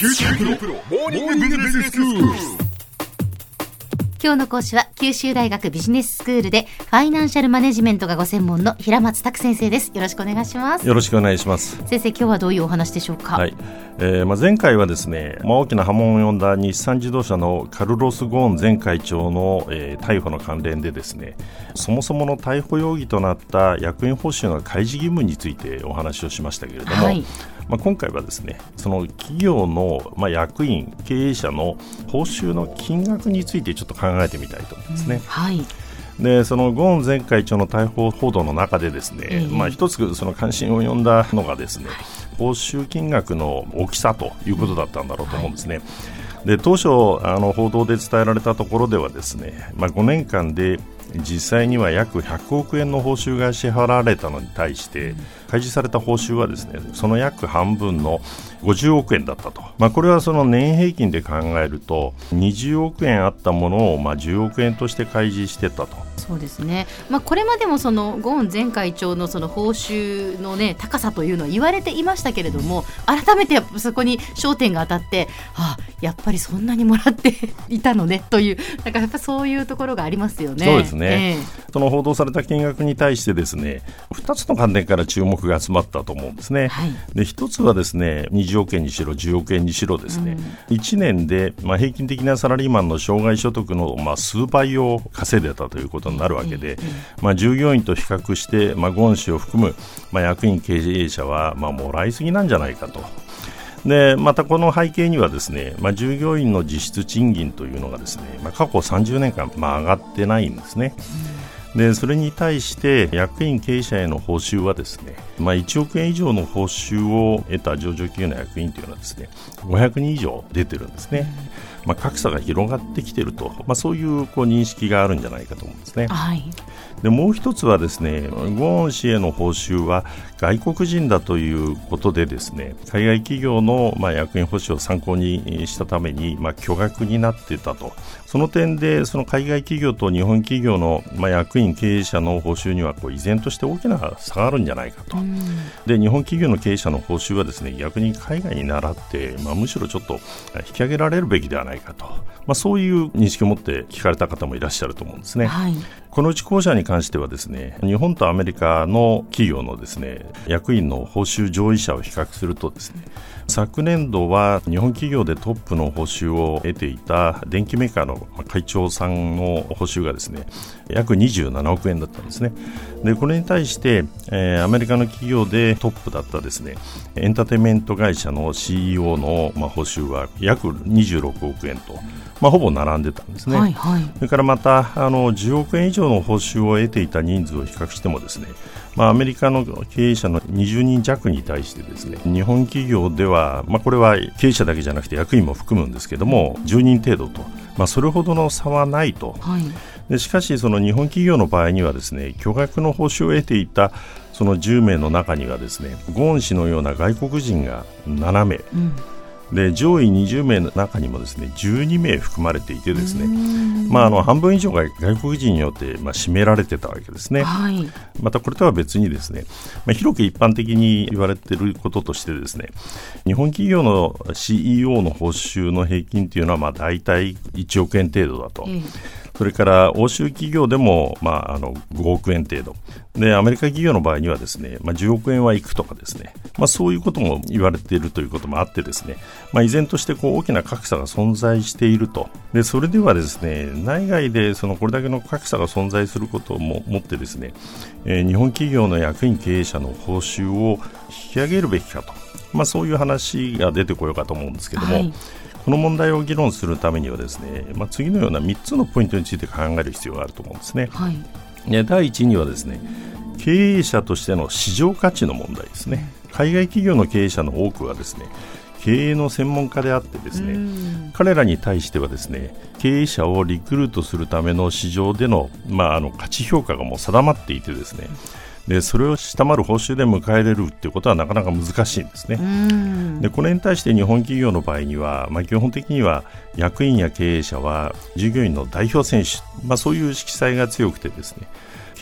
九州大学モーニングビジネススクール。 今日の講師は九州大学ビジネススクールでファイナンシャルマネジメントがご専門の平松卓先生です。よろしくお願いします。 よろしくお願いします。 先生、今日はどういうお話でしょうか。 はい。前回はですね、大きな波紋を呼んだ日産自動車のカルロス・ゴーン前会長の、逮捕の関連でですね、そもそもの逮捕容疑となった役員報酬の開示義務についてお話をしましたけれども、 はい、 今回はですね、その企業の、役員経営者の報酬の金額についてちょっと考えてみたいと思いますね。 はい。 でそのゴーン前会長の逮捕報道の中でですね、一つその関心を呼んだのがですね、報酬金額の大きさということだったんだろうと思うんですね。で当初報道で伝えられたところではですね、5年間で実際には約100億円の報酬が支払われたのに対して開示された報酬はですね、その約半分の50億円だったと。これはその年平均で考えると20億円あったものを10億円として開示してたと。 そうですね。これまでもそのゴーン前会長のその報酬の、高さというのは言われていましたけれども、改めてそこに焦点が当たって、やっぱりそんなにもらっていたのねという、やっぱそういうところがありますよね。 そうですね。その報道された金額に対してですね、2つの観点から注目が集まったと思うんですね。はい、で1つはですね、20億円にしろ10億円にしろですね、1年で平均的なサラリーマンの生涯所得の数倍を稼いでたということになるわけで、従業員と比較して、ゴーン氏を含む、役員経営者は、もらいすぎなんじゃないかと。でまたこの背景にはですね、従業員の実質賃金というのがですね、過去30年間、上がってないんですね。でそれに対して役員経営者への報酬はですね、1億円以上の報酬を得た上場企業の役員というのはですね、500人以上出てるんですね。格差が広がってきていると、そういう、認識があるんじゃないかと思うんですね。はい。でもう一つはですね、ゴーン氏への報酬は外国人だということでですね、海外企業の役員報酬を参考にしたために巨額になっていたと。その点でその海外企業と日本企業の役員経営者の報酬には依然として大きな差があるんじゃないかと。で日本企業の経営者の報酬はですね、逆に海外に倣って、むしろちょっと引き上げられるべきではないかと、そういう認識を持って聞かれた方もいらっしゃると思うんですね。はい。このうち後者に関してはですね、日本とアメリカの企業のですね、役員の報酬上位者を比較するとですね、昨年度は日本企業でトップの報酬を得ていた電機メーカーの会長さんの報酬がですね、約27億円だったんですね。でこれに対して、アメリカの企業でトップだったですね、エンターテインメント会社の CEO の報酬は約26億円と、ほぼ並んでたんですね。はいはい、それからまた10億円以上の報酬を得ていた人数を比較してもですね、アメリカの経営者の20人弱に対してですね、日本企業では、これは経営者だけじゃなくて役員も含むんですけども、10人程度と、それほどの差はないと。はい、でしかしその日本企業の場合にはですね、巨額の報酬を得ていたその10名の中にはですね、ゴーン氏のような外国人が7名、で上位20名の中にもですね、12名含まれていてですね、半分以上が外国人によって占められてたわけですね。はい、またこれとは別にですね、広く一般的に言われていることとしてですね、日本企業の CEO の報酬の平均というのは大体1億円程度だと。それから欧州企業でも、5億円程度で、アメリカ企業の場合にはですね、10億円はいくとかですね、そういうことも言われているということもあってですね、依然として大きな格差が存在していると。でそれではですね、内外でこれだけの格差が存在することをもってですね、日本企業の役員経営者の報酬を引き上げるべきかと、そういう話が出てこようかと思うんですけども、はい、この問題を議論するためにはですね、次のような3つのポイントについて考える必要があると思うんですね。はい、第一にはですね、経営者としての市場価値の問題ですね。海外企業の経営者の多くはですね、経営の専門家であってですね、彼らに対してはですね、経営者をリクルートするための市場での、価値評価がもう定まっていてですね、でそれを下回る報酬で迎えれるということはなかなか難しいんですね。でこれに対して日本企業の場合には、基本的には役員や経営者は従業員の代表選手、そういう色彩が強くてですね、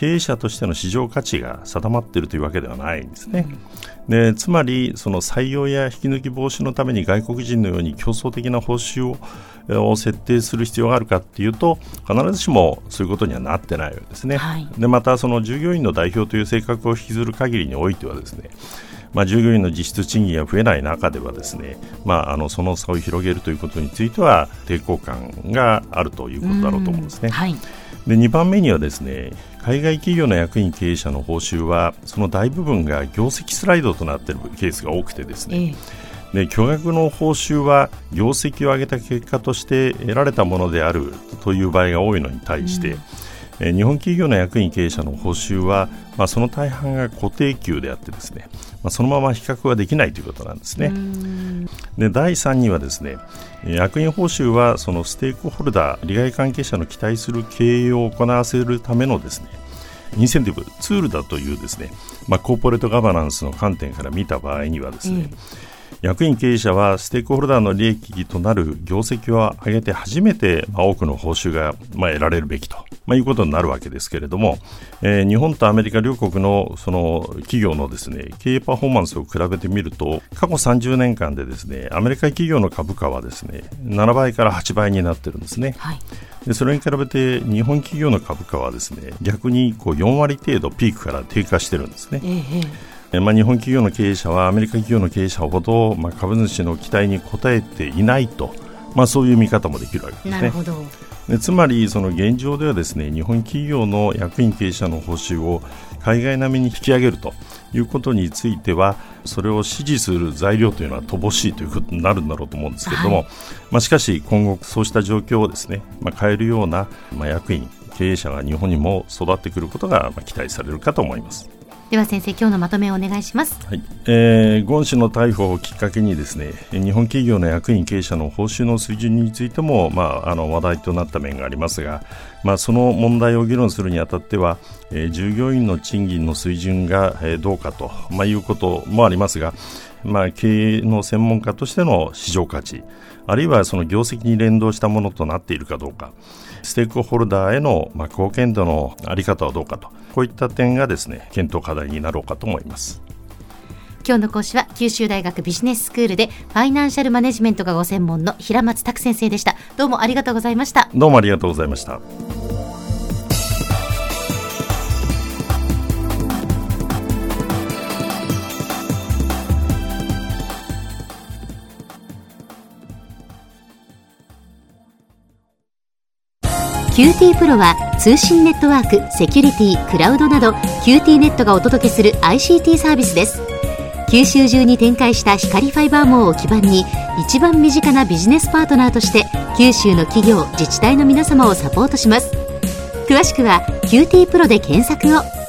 経営者としての市場価値が定まっているというわけではないんですね。でつまりその採用や引き抜き防止のために外国人のように競争的な報酬を設定する必要があるかというと、必ずしもそういうことにはなってないわけですね。でまたその従業員の代表という性格を引きずる限りにおいてはですね、従業員の実質賃金が増えない中ではですね、その差を広げるということについては抵抗感があるということだろうと思うんですね。で2番目にはですね、海外企業の役員経営者の報酬はその大部分が業績スライドとなっているケースが多くてですね、で巨額の報酬は業績を上げた結果として得られたものであるという場合が多いのに対して、日本企業の役員経営者の報酬は、その大半が固定給であってですね、そのまま比較はできないということなんですね。で第3にはですね、役員報酬はそのステークホルダー利害関係者の期待する経営を行わせるためのですねインセンティブツールだというですね、コーポレートガバナンスの観点から見た場合にはですね、役員経営者はステークホルダーの利益となる業績を上げて初めて多くの報酬が得られるべきと、いうことになるわけですけれども、日本とアメリカ両国のその企業のですね経営パフォーマンスを比べてみると、過去30年間でですねアメリカ企業の株価はですね7倍から8倍になってるんですね。でそれに比べて日本企業の株価はですね逆に4割程度ピークから低下してるんですね。日本企業の経営者はアメリカ企業の経営者ほど、株主の期待に応えていないと、そういう見方もできるわけですね。 なるほど。 でつまりその現状ではですね、日本企業の役員経営者の報酬を海外並みに引き上げるということについては、それを支持する材料というのは乏しいということになるんだろうと思うんですけれども、しかし今後そうした状況をですね、変えるような、役員経営者が日本にも育ってくることが期待されるかと思います。 では先生、今日のまとめをお願いします。 ゴーン氏の逮捕をきっかけにですね、日本企業の役員経営者の報酬の水準についても、話題となった面がありますが、その問題を議論するにあたっては、従業員の賃金の水準がどうかと、いうこともありますが、経営の専門家としての市場価値、あるいはその業績に連動したものとなっているかどうか、ステークホルダーへの貢献度のあり方はどうかと、こういった点がですね検討課題になろうかと思います。 今日の講師は九州大学ビジネススクールでファイナンシャルマネジメントがご専門の平松卓先生でした。どうもありがとうございました。 どうもありがとうございました。 QT プロは通信ネットワーク、セキュリティ、クラウドなど QT ネットがお届けする ICT サービスです。九州中に展開した光ファイバー網を基盤に、一番身近なビジネスパートナーとして九州の企業、自治体の皆様をサポートします。詳しくは QT プロで検索を。